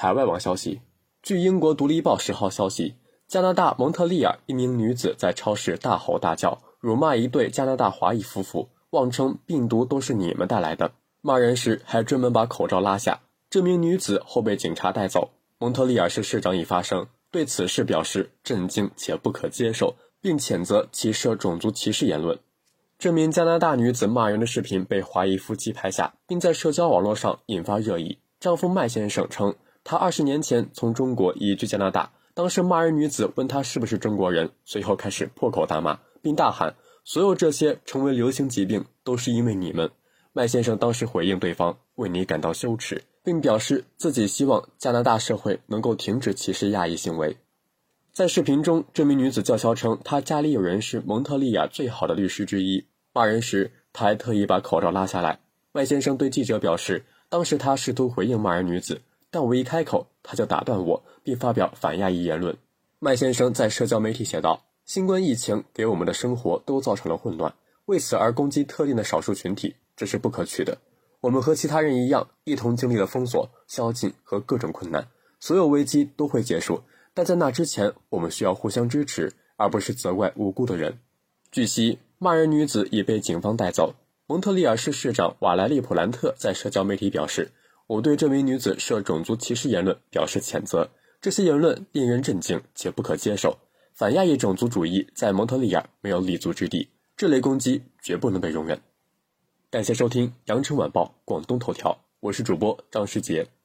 海外网消息，据英国独立报10号消息，加拿大蒙特利尔一名女子在超市大吼大叫，辱骂一对加拿大华裔夫妇，妄称病毒都是你们带来的，骂人时还专门把口罩拉下。这名女子后被警察带走。蒙特利尔市市长已发声，对此事表示震惊且不可接受，并谴责其涉种族歧视言论。这名加拿大女子骂人的视频被华裔夫妻拍下，并在社交网络上引发热议。丈夫麦先生称，他20年前从中国移居加拿大，当时骂人女子问他是不是中国人，随后开始破口大骂，并大喊所有这些成为流行疾病都是因为你们。麦先生当时回应对方，为你感到羞耻，并表示自己希望加拿大社会能够停止歧视亚裔行为。在视频中，这名女子叫嚣称她家里有人是蒙特利尔最好的律师之一，骂人时她还特意把口罩拉下来。麦先生对记者表示，当时他试图回应骂人女子，但我一开口他就打断我，并发表反亚裔言论。麦先生在社交媒体写道，新冠疫情给我们的生活都造成了混乱，为此而攻击特定的少数群体，这是不可取的。我们和其他人一样，一同经历了封锁、宵禁和各种困难，所有危机都会结束，但在那之前，我们需要互相支持，而不是责怪无辜的人。据悉，骂人女子已被警方带走。蒙特利尔市市长瓦莱利普兰特在社交媒体表示，我对这名女子涉种族歧视言论表示谴责，这些言论令人震惊且不可接受，反亚裔种族主义在蒙特利尔没有立足之地，这类攻击绝不能被容忍。感谢收听羊城晚报广东头条，我是主播张世杰。